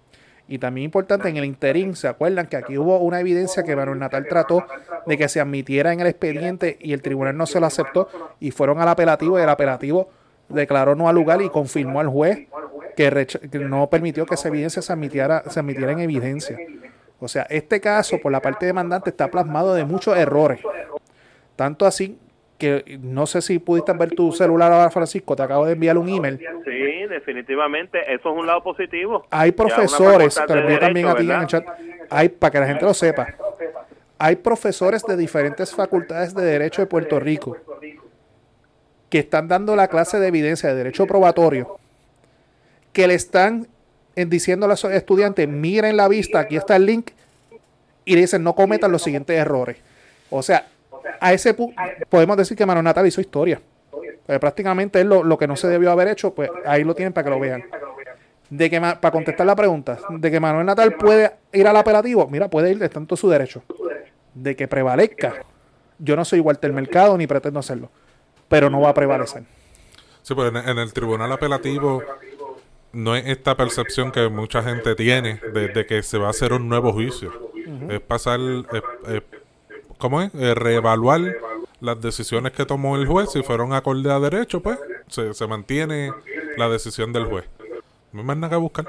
Y también importante, en el interín, ¿se acuerdan que aquí hubo una evidencia que Manuel Natal trató de que se admitiera en el expediente y el tribunal no se lo aceptó y fueron al apelativo y el apelativo declaró no al lugar y confirmó al juez que no permitió que esa evidencia se admitiera en evidencia? O sea, este caso por la parte demandante está plasmado de muchos errores. Tanto así que no sé si pudiste ver tu celular ahora, Francisco, te acabo de enviar un email. Sí, definitivamente, eso es un lado positivo. Hay profesores, te lo envío también a ti en el chat, para que la gente lo sepa, hay profesores de diferentes facultades de Derecho de Puerto Rico que están dando la clase de evidencia de Derecho Probatorio, que le están diciendo a los estudiantes, miren la vista, aquí está el link, y le dicen, no cometan los siguientes errores. O sea, a ese punto podemos decir que Manuel Natal hizo historia. Prácticamente es lo que no se debió haber hecho, pues ahí lo tienen para que lo vean. De que para contestar la pregunta, de que Manuel Natal puede ir al apelativo, mira, puede ir, está en todo su derecho. De que prevalezca, yo no soy Walter Mercado ni pretendo hacerlo, pero no va a prevalecer. Sí, pues en el tribunal apelativo no es esta percepción que mucha gente tiene de que se va a hacer un nuevo juicio. Es pasar, ¿cómo es? Reevaluar las decisiones que tomó el juez. Si fueron acorde a derecho, pues se mantiene la decisión del juez. No hay más nada que buscar.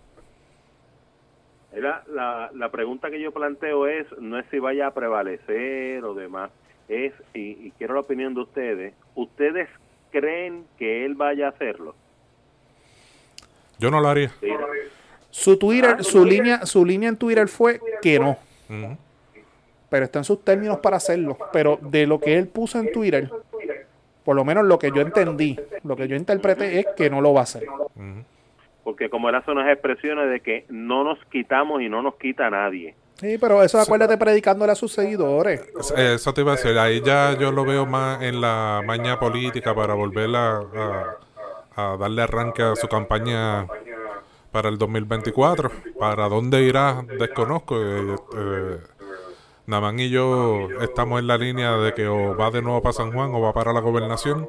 La pregunta que yo planteo no es si vaya a prevalecer o demás, y quiero la opinión de ustedes. ¿Ustedes creen que él vaya a hacerlo? Yo no lo haría. Su línea en Twitter fue que no. Pero está en sus términos para hacerlo. Pero de lo que él puso en Twitter, por lo menos lo que yo entendí, lo que yo interpreté es que no lo va a hacer. Porque como él hace unas expresiones de que no nos quitamos y no nos quita nadie. Sí, pero eso acuérdate predicándole a sus seguidores. Eso te iba a decir. Ahí ya yo lo veo más en la maña política para volver a darle arranque a su campaña para el 2024. ¿Para dónde irá? Desconozco. Namán y yo estamos en la línea de que o va de nuevo para San Juan o va para la gobernación.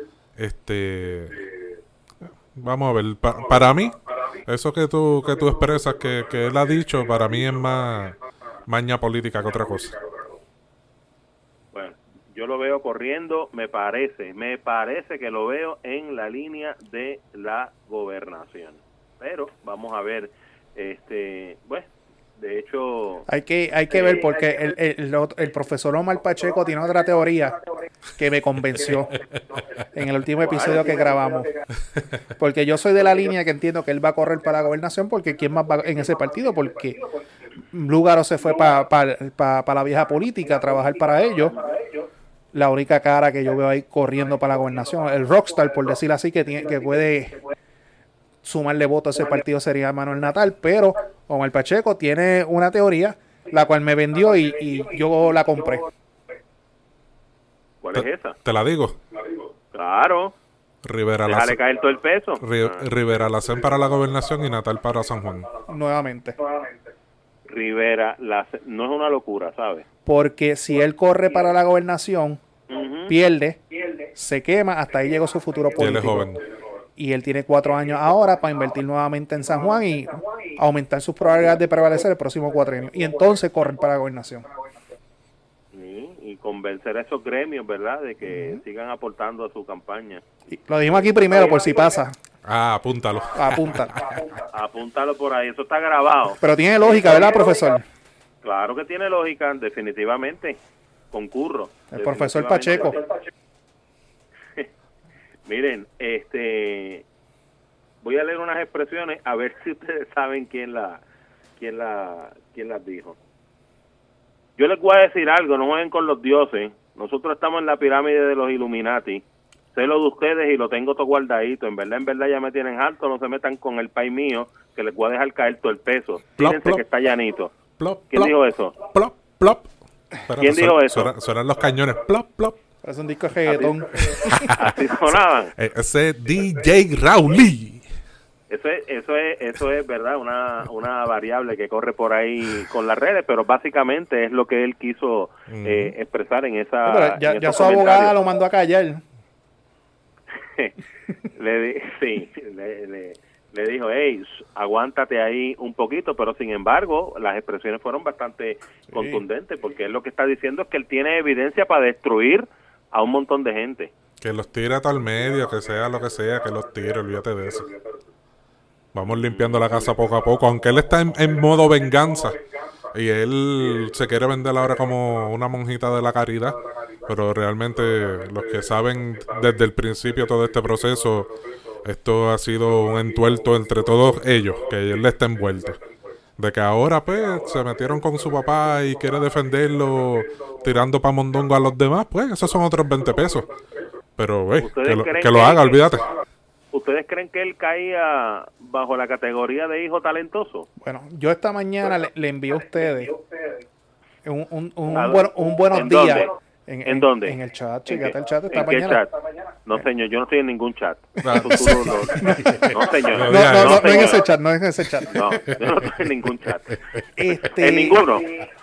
Vamos a ver. Para mí, eso que tú expresas que él ha dicho, para mí es más maña política que otra cosa. Bueno, yo lo veo corriendo, me parece que lo veo en la línea de la gobernación. Pero vamos a ver, bueno, de hecho... Hay que ver porque el profesor Omar Pacheco tiene otra teoría que me convenció en el último episodio que grabamos. Porque yo soy de la línea que entiendo que él va a correr para la gobernación porque ¿quién más va en ese partido? Porque Lúgaro se fue para la vieja política a trabajar para ellos. La única cara que yo veo ahí corriendo para la gobernación, el rockstar, por decirlo así, que puede sumarle votos a ese partido sería Manuel Natal, pero Omar Pacheco tiene una teoría la cual me vendió y yo la compré. ¿Cuál es esa? ¿Te la digo? Claro. Déjale caer todo el peso. Rivera Lacén para la gobernación y Natal para San Juan. Nuevamente. Rivera Lacén, no es una locura, ¿sabes? Porque si él corre para la gobernación, pierde, se quema, hasta ahí llegó su futuro político. Y él es joven. Y él tiene 4 años ahora para invertir nuevamente en San Juan y aumentar sus probabilidades de prevalecer el próximo 4 años. Y entonces correr para la gobernación. Y convencer a esos gremios, ¿verdad?, de que sigan aportando a su campaña. Y lo dijimos aquí primero, por si pasa. Apúntalo. Apúntalo por ahí, eso está grabado. Pero tiene lógica, ¿verdad, profesor? Claro que tiene lógica, definitivamente. Concurro. El profesor Pacheco. Miren, voy a leer unas expresiones a ver si ustedes saben quién las dijo. Yo les voy a decir algo, no jueguen con los dioses. Nosotros estamos en la pirámide de los Illuminati. Sé lo de ustedes y lo tengo todo guardadito. En verdad ya me tienen harto. No se metan con el país mío, que les voy a dejar caer todo el peso. Fíjense que está llanito. ¿Quién dijo eso? Plop, plop. ¿Quién dijo eso? Suenan los cañones. Plop, plop. Es un disco de reggaetón. Así sonaban. Ese DJ Rowley. Eso es verdad, una variable que corre por ahí con las redes, pero básicamente es lo que él quiso expresar en esa. Pero ya su abogada lo mandó a callar. le dijo, hey, aguántate ahí un poquito, pero sin embargo, las expresiones fueron bastante contundentes, porque él lo que está diciendo es que él tiene evidencia para destruir a un montón de gente. Que los tire a tal medio, que sea lo que sea, que los tire, olvídate de eso. Vamos limpiando la casa poco a poco, aunque él está en modo venganza, y él se quiere vender ahora como una monjita de la caridad, pero realmente los que saben desde el principio todo este proceso, esto ha sido un entuerto entre todos ellos, que él está envuelto. De que ahora pues se metieron con su papá y quiere defenderlo tirando pa' mondongo a los demás, pues esos son otros 20 pesos. Pero que lo haga, olvídate. ¿Ustedes creen que él caía bajo la categoría de hijo talentoso? Bueno, yo esta mañana le envié a ustedes un buenos días. ¿En dónde? En el chat, checate el chat esta ¿En qué mañana. chat? No, señor, yo no estoy en ningún chat. No, señor. No en ese chat, no en ese chat. No, yo no estoy en ningún chat. En ninguno.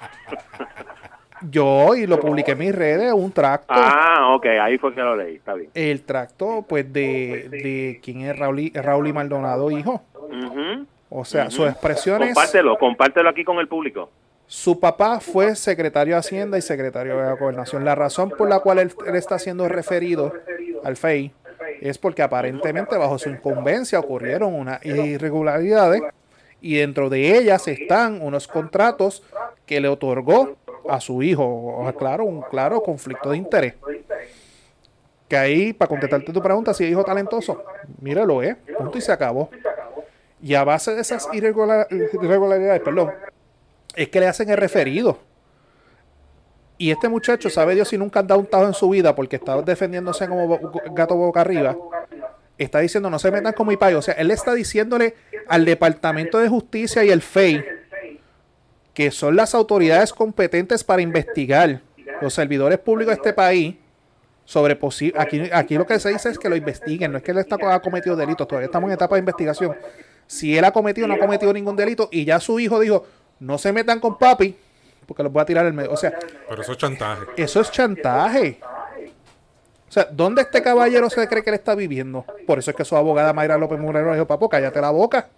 Yo, y lo publiqué en mis redes, un tracto. Ah, ok, ahí fue que lo leí, está bien. El tracto, pues, de quién es Raúl y Maldonado, hijo. O sea, sus expresiones... Compártelo aquí con el público. Su papá fue secretario de Hacienda y secretario de la Gobernación. La razón por la cual él está siendo referido al FEI es porque aparentemente bajo su incumbencia ocurrieron unas irregularidades y dentro de ellas están unos contratos que le otorgó a su hijo. Claro, un claro conflicto de interés. Que ahí, para contestarte tu pregunta, si es hijo talentoso, míralo, punto y se acabó. Y a base de esas irregularidades, es que le hacen el referido. Y este muchacho, sabe Dios si nunca ha dado un tajo en su vida porque está defendiéndose como gato boca arriba. Está diciendo, no se metan con mi país. O sea, él está diciéndole al Departamento de Justicia y el FEI, que son las autoridades competentes para investigar los servidores públicos de este país, sobre aquí lo que se dice es que lo investiguen, no es que él ha cometido delitos, todavía estamos en etapa de investigación. Si él ha cometido o no ha cometido ningún delito, y ya su hijo dijo, no se metan con papi, porque los voy a tirar al medio. O sea, pero eso es chantaje. Eso es chantaje. O sea, ¿dónde este caballero se cree que él está viviendo? Por eso es que su abogada Mayra López Murero le dijo, papo, cállate la boca.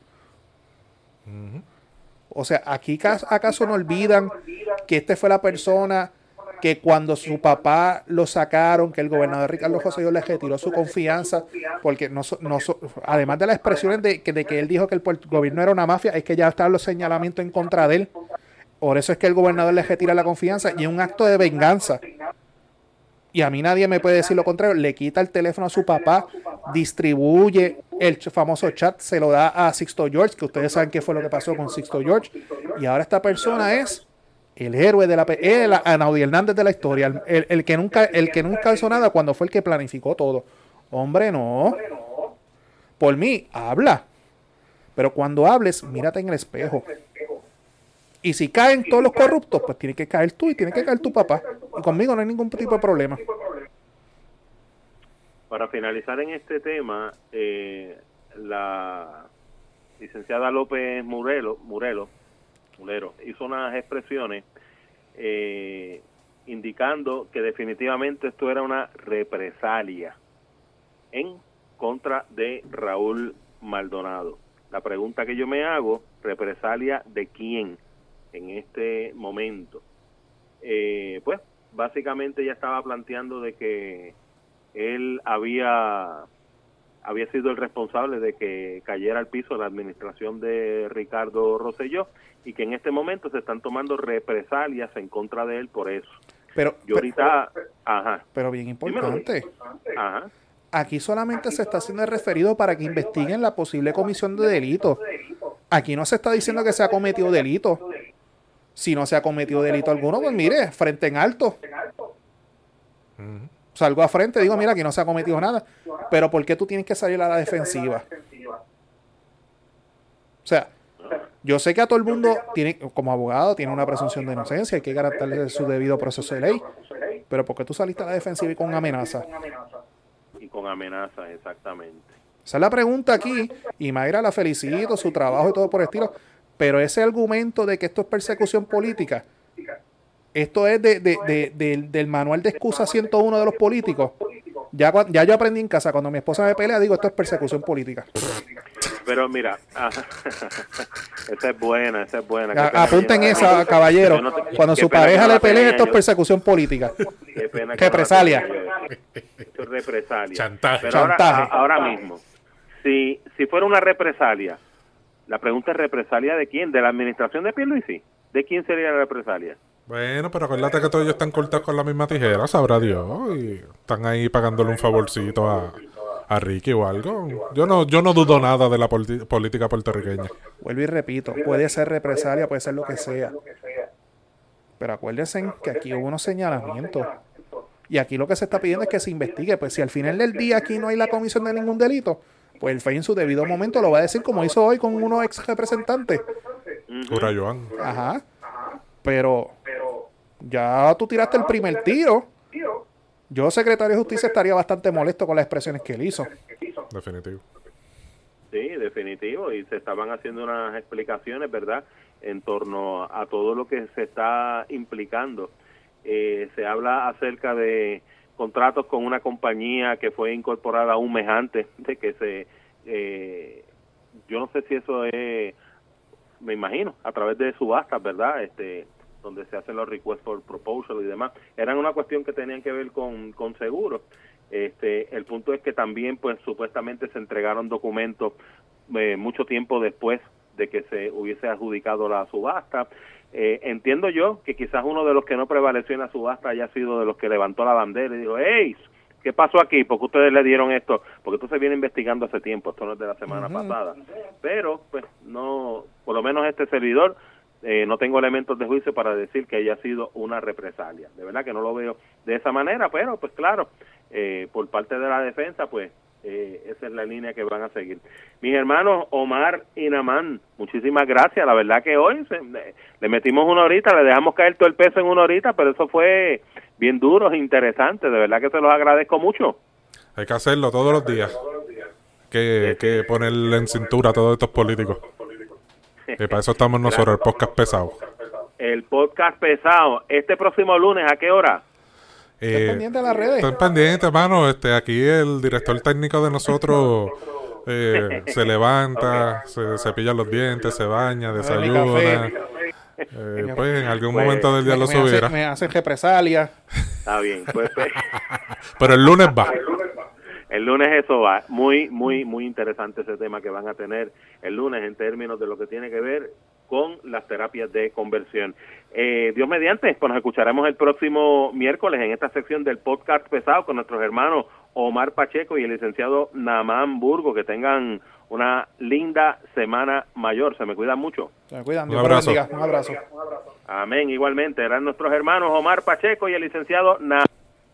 O sea, aquí acaso no olvidan que este fue la persona que cuando su papá lo sacaron, que el gobernador Ricardo Rosselló le retiró su confianza, porque además de las expresiones de que él dijo que el gobierno era una mafia, es que ya estaban los señalamientos en contra de él. Por eso es que el gobernador le retira la confianza y es un acto de venganza. Y a mí nadie me puede decir lo contrario. Le quita el teléfono a su papá, distribuye el famoso chat, se lo da a Sixto George, que ustedes saben qué fue lo que pasó con Sixto George. Y ahora esta persona es el héroe de el Anaudi Hernández de la historia, el que nunca hizo nada cuando fue el que planificó todo. Hombre, no. Por mí, habla. Pero cuando hables, mírate en el espejo. Y si caen todos los corruptos, pues tiene que caer tú y tiene que caer tu papá. Y conmigo no hay ningún tipo de problema. Para finalizar en este tema, la licenciada López Murero hizo unas expresiones indicando que definitivamente esto era una represalia en contra de Raúl Maldonado. La pregunta que yo me hago, ¿represalia de quién en este momento? Pues básicamente ya estaba planteando de que él había sido el responsable de que cayera al piso la administración de Ricardo Rosselló y que en este momento se están tomando represalias en contra de él por eso. Pero bien importante. Ajá. Aquí solamente se está haciendo el referido para que investiguen la posible comisión de delito. Aquí no se está diciendo que se ha cometido delito. Si no se ha cometido delito alguno, pues mire, frente en alto. Salgo a frente, digo, mira, aquí no se ha cometido nada. Pero ¿por qué tú tienes que salir a la defensiva? O sea, yo sé que a todo el mundo, como abogado, tiene una presunción de inocencia, hay que garantizarle su debido proceso de ley. Pero ¿por qué tú saliste a la defensiva y con amenaza? Y con amenaza, exactamente. Esa es la pregunta aquí. Y Mayra la felicito, su trabajo y todo por el estilo. Pero ese argumento de que esto es persecución política, esto es del manual de excusa 101 de los políticos. Ya yo aprendí en casa, cuando mi esposa me pelea, digo, esto es persecución política. Pero mira, esa es buena. Apunten esa, caballero. Cuando su pareja le pelea, esto es persecución política. Represalia. Esto es represalia. Chantaje. Pero ahora mismo, si fuera una represalia, la pregunta es: ¿represalia de quién? ¿De la administración de Pierluisi? ¿De quién sería la represalia? Bueno, pero acuérdate que todos ellos están cortados con la misma tijera, sabrá Dios, y están ahí pagándole un favorcito a Ricky o algo. Yo no dudo nada de la política puertorriqueña. Vuelvo y repito, puede ser represalia, puede ser lo que sea. Pero acuérdense que aquí hubo unos señalamientos. Y aquí lo que se está pidiendo es que se investigue. Pues si al final del día aquí no hay la comisión de ningún delito, pues el FEI en su debido momento lo va a decir, como hizo hoy con unos ex representantes. Cura Joan. Ajá. Pero ya tú tiraste el primer tiro. Yo, secretario de Justicia, estaría bastante molesto con las expresiones que él hizo. Definitivo. Sí, definitivo. Y se estaban haciendo unas explicaciones, ¿verdad?, en torno a todo lo que se está implicando. Se habla acerca de contratos con una compañía que fue incorporada un mes antes de que yo no sé si eso es, me imagino, a través de subastas, ¿verdad?, donde se hacen los requests for proposal y demás. Eran una cuestión que tenían que ver con seguros. El punto es que también, pues, supuestamente se entregaron documentos mucho tiempo después de que se hubiese adjudicado la subasta. Entiendo yo que quizás uno de los que no prevaleció en la subasta haya sido de los que levantó la bandera y dijo: ¡Hey! ¿Qué pasó aquí? ¿Por qué ustedes le dieron esto? Porque esto se viene investigando hace tiempo, esto no es de la semana pasada. Pero, pues, no, por lo menos este servidor, no tengo elementos de juicio para decir que haya sido una represalia. De verdad que no lo veo de esa manera, pero, pues claro, por parte de la defensa, pues, esa es la línea que van a seguir. Mis hermanos Omar y Namán, muchísimas gracias. La verdad que hoy le metimos una horita, le dejamos caer todo el peso en una horita, pero eso fue bien duro e interesante. De verdad que se los agradezco mucho. Hay que hacerlo todos los días. Que ponerle en cintura a todos estos políticos. Y para eso estamos nosotros, el podcast pesado. El podcast pesado. Este próximo lunes, ¿a qué hora? Estén pendientes de las redes. Estén pendientes, hermano. Aquí el director técnico de nosotros se levanta, se cepilla los dientes, se baña, desayuna. Pues en algún momento del día lo subirá. Me hacen represalia. Está bien. Pues, pero el lunes va. El lunes eso va. Muy, muy, muy interesante ese tema que van a tener el lunes en términos de lo que tiene que ver con las terapias de conversión. Dios mediante, pues nos escucharemos el próximo miércoles en esta sección del podcast pesado con nuestros hermanos Omar Pacheco y el licenciado Namán Burgo. Que tengan una linda semana mayor. Se me cuidan mucho. Se me cuidan. Un abrazo. Un abrazo. Amén. Igualmente, eran nuestros hermanos Omar Pacheco y el licenciado Namán.